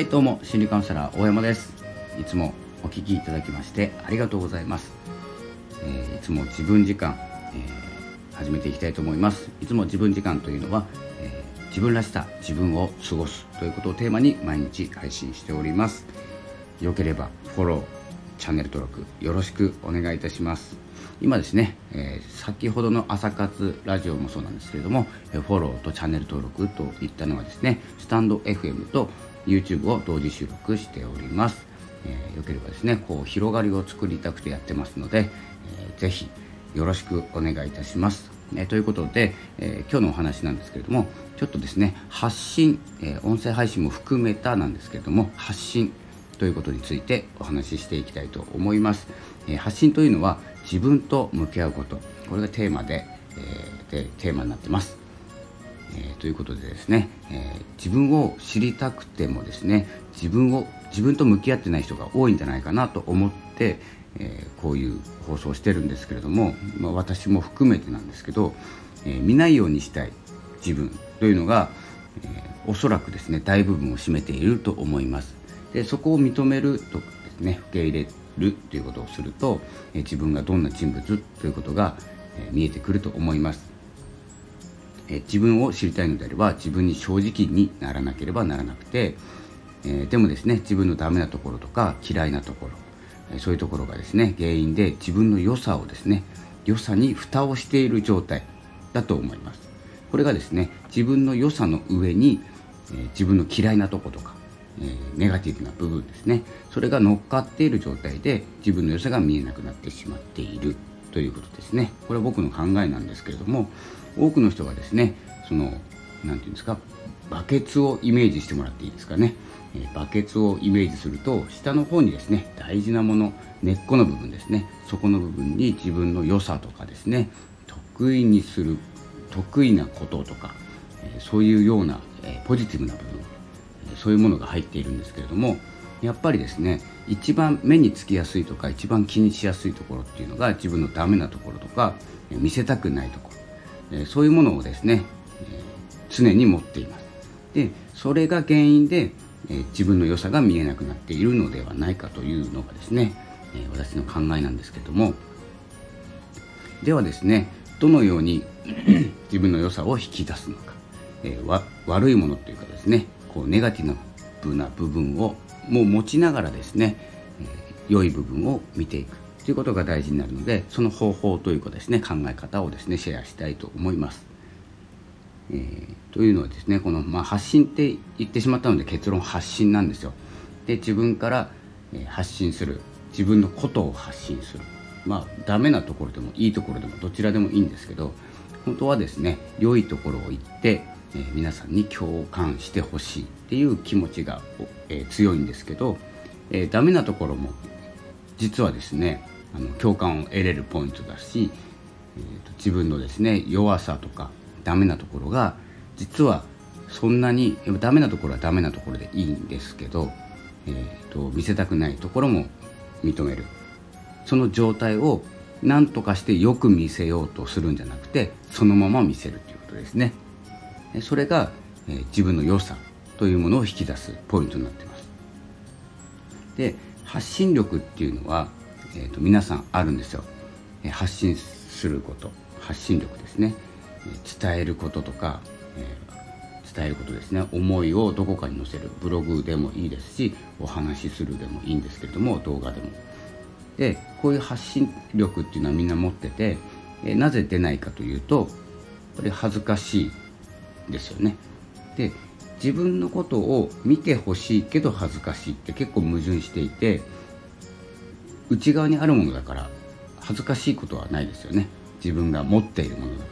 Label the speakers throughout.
Speaker 1: はいどうも、心理カウンセラー大山です。いつもお聞きいただきましてありがとうございます。いつも自分時間、始めていきたいと思います。いつも自分時間というのは、自分らしさ、自分を過ごすということをテーマに毎日配信しております。よければフォロー、チャンネル登録よろしくお願いいたします。今ですね、先ほどの朝活ラジオもそうなんですけれども、フォローとチャンネル登録といったのはですね、スタンド FM と YouTube を同時収録しております。よければですね、こう広がりを作りたくてやってますので、ぜひよろしくお願いいたします。ということで、今日のお話なんですけれども、ちょっとですね、発信、音声配信も含めたなんですけれども、発信ということについてお話ししていきたいと思います。発信というのは自分と向き合うこと、これがテーマで、テーマになってます。ということでですね、自分を知りたくてもですね、自分と向き合ってない人が多いんじゃないかなと思って、こういう放送をしてるんですけれども、私も含めてなんですけど、見ないようにしたい自分というのが、おそらくですね大部分を占めていると思います。でそこを認めるとですね、受け入れるということをすると、自分がどんな人物ということが、見えてくると思います。自分を知りたいのであれば自分に正直にならなければならなくて、でもですね、自分のダメなところとか嫌いなところ、そういうところがですね原因で自分の良さをですね、良さに蓋をしている状態だと思います。これがですね、自分の良さの上に、自分の嫌いなところとか、ネガティブな部分ですね、それが乗っかっている状態で自分の良さが見えなくなってしまっているということですね。これは僕の考えなんですけれども、多くの人がですね、なんていうんですか、バケツをイメージしてもらっていいですかね。バケツをイメージすると、下の方にですね、大事なもの、根っこの部分ですね、そこの部分に自分の良さとかですね、得意なこととか、そういうような、ポジティブな部分、そういうものが入っているんですけれども、やっぱりですね、一番目につきやすいとか一番気にしやすいところっていうのが自分のダメなところとか、見せたくないところ、そういうものをですね、常に持っています。でそれが原因で、自分の良さが見えなくなっているのではないかというのがですね、私の考えなんですけれども、ではですね、どのように自分の良さを引き出すのか、悪いものというかですね、こうネガティブな部分をもう持ちながらですね、良い部分を見ていくということが大事になるので、その方法というかですね、考え方をですねシェアしたいと思います。というのはですね、この、発信って言ってしまったので結論発信なんですよ。で自分から、発信する、自分のことを発信する、ダメなところでもいいところでもどちらでもいいんですけど、本当はですね、良いところを言って、皆さんに共感してほしいっていう気持ちが、強いんですけど、ダメなところも実はですね、共感を得れるポイントだし、自分のですね弱さとかダメなところが実はそんなに、ダメなところはダメなところでいいんですけど、見せたくないところも認める、その状態を何とかしてよく見せようとするんじゃなくて、そのまま見せるということですね。それが、自分の良さというものを引き出すポイントになっています。で発信力っていうのは、皆さんあるんですよ。発信すること、発信力ですね。伝えることとか、伝えることですね、思いをどこかに載せる、ブログでもいいですし、お話しするでもいいんですけれども、動画でも。でこういう発信力っていうのはみんな持ってて、なぜ出ないかというと、やっぱり恥ずかしいですよね。で自分のことを見てほしいけど恥ずかしいって結構矛盾していて、内側にあるものだから恥ずかしいことはないですよね。自分が持っているものだから。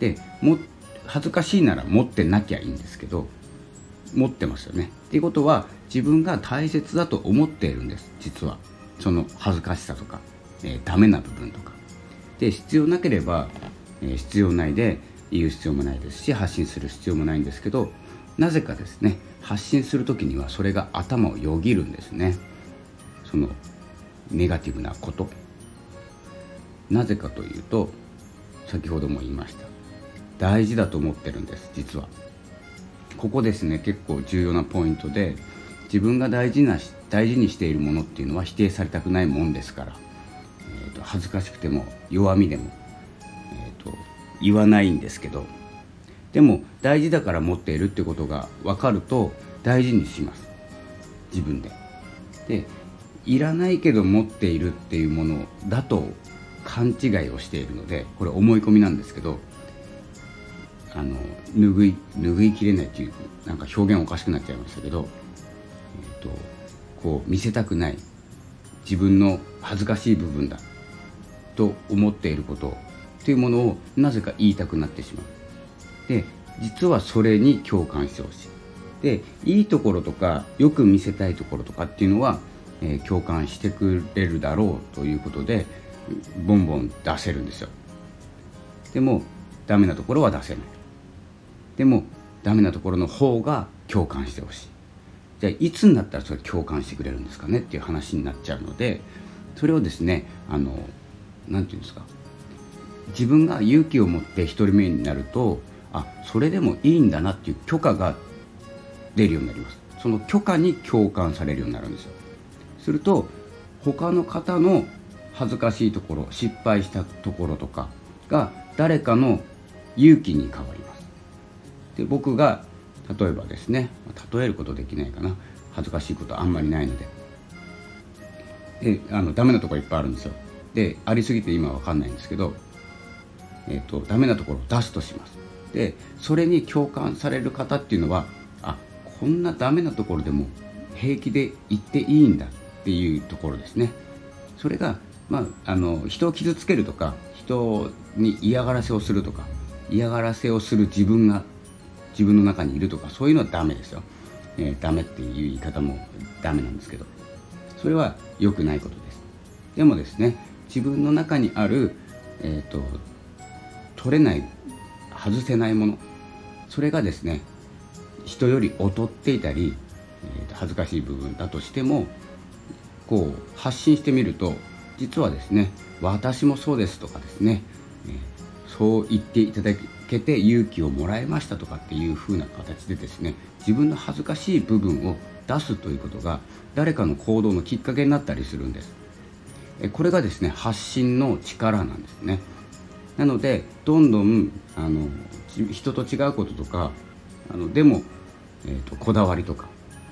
Speaker 1: で恥ずかしいなら持ってなきゃいいんですけど、持ってますよね。っていうことは自分が大切だと思っているんです。実はその恥ずかしさとか、ダメな部分とかで、必要なければ、必要ないで言う必要もないですし、発信する必要もないんですけど、なぜかですね、発信するときにはそれが頭をよぎるんですね。そのネガティブなこと。なぜかというと、先ほども言いました、大事だと思ってるんです。実はここですね、結構重要なポイントで、 自分が大事にしているものっていうのは否定されたくないもんですから、恥ずかしくても弱みでも、言わないんですけど、でも大事だから持っているってことが分かると大事にします、自分で。で、いらないけど持っているっていうものだと勘違いをしているので、これ思い込みなんですけど、拭いきれないっていう、なんか表現おかしくなっちゃいましたけど、こう見せたくない自分の恥ずかしい部分だと思っていることというものをなぜか言いたくなってしまう。で、実はそれに共感してほしい。で、いいところとかよく見せたいところとかっていうのは、共感してくれるだろうということでボンボン出せるんですよ。でもダメなところは出せない。でもダメなところの方が共感してほしい。じゃあいつになったらそれ共感してくれるんですかねっていう話になっちゃうので、それをですね、なんていうんですか、自分が勇気を持って一人目になると、それでもいいんだなっていう許可が出るようになります。その許可に共感されるようになるんですよ。すると他の方の恥ずかしいところ、失敗したところとかが誰かの勇気に変わります。で、僕が例えばですね、例えることできないかな、恥ずかしいことあんまりないので、ダメなところいっぱいあるんですよ。で、ありすぎて今は分かんないんですけど、ダメなところを出すとします。で、それに共感される方っていうのは、こんなダメなところでも平気で言っていいんだっていうところですね。それが、人を傷つけるとか、人に嫌がらせをするとか、嫌がらせをする自分が自分の中にいるとか、そういうのはダメですよ。ダメっていう言い方もダメなんですけど、それは良くないことです。でもですね、自分の中にある、取れない、外せないもの、それがですね、人より劣っていたり、恥ずかしい部分だとしても、こう発信してみると、実はですね、私もそうですとかですね、そう言っていただけて勇気をもらいましたとかっていう風な形でですね、自分の恥ずかしい部分を出すということが誰かの行動のきっかけになったりするんです。これがですね、発信の力なんですね。なのでどんどん人と違うこととか、でも、こだわりとか、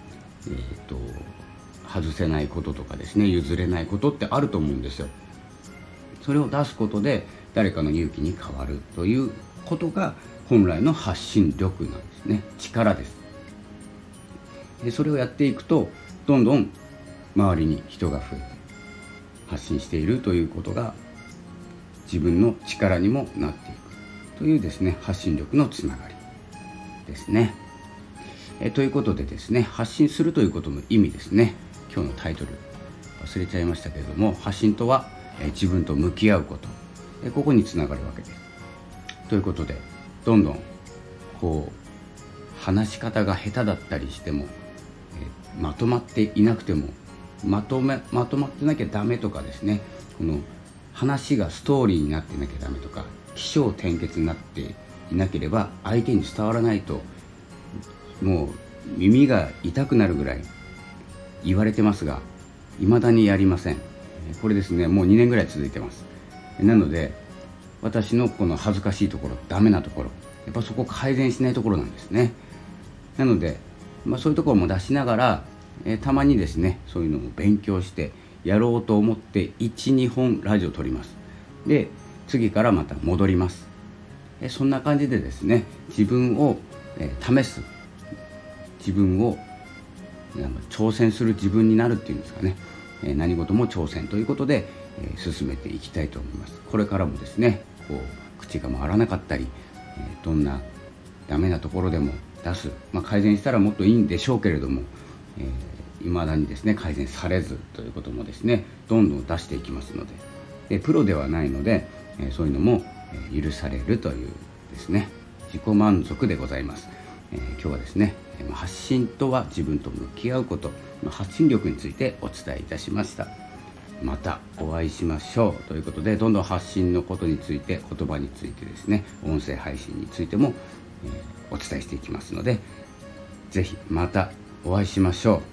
Speaker 1: 外せないこととかですね、譲れないことってあると思うんですよ。それを出すことで誰かの勇気に変わるということが本来の発信力なんですね。力です。で、それをやっていくとどんどん周りに人が増えて発信しているということが自分の力にもなっていくというですね、発信力のつながりですね。ということでですね、発信するということの意味ですね。今日のタイトル忘れちゃいましたけれども、発信とは自分と向き合うこと、ここにつながるわけです。ということで、どんどんこう話し方が下手だったりしても、まとまっていなくてもまとまってなきゃダメとかですね、この話がストーリーになってなきゃダメとか、起承転結になっていなければ相手に伝わらないと、もう耳が痛くなるぐらい言われてますが、未だにやりません。これですね、もう2年ぐらい続いてます。なので私のこの恥ずかしいところ、ダメなところ、やっぱそこ改善しないところなんですね。なので、そういうところも出しながら、たまにですね、そういうのを勉強してやろうと思って1、2本ラジオを撮ります。で、次からまた戻ります。そんな感じでですね、自分を試す、自分を挑戦する自分になるっていうんですかね、何事も挑戦ということで、進めていきたいと思います。これからもですね、こう口が回らなかったり、どんなダメなところでも出す、改善したらもっといいんでしょうけれども、未だにですね改善されずということもですね、どんどん出していきますので、プロではないので、そういうのも許されるというですね、自己満足でございます。今日はですね、発信とは自分と向き合うこと、発信力についてお伝えいたしました。またお会いしましょうということで、どんどん発信のことについて、言葉についてですね、音声配信についても、お伝えしていきますので、ぜひまたお会いしましょ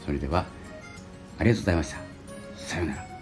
Speaker 1: それではありがとうございました。さようなら。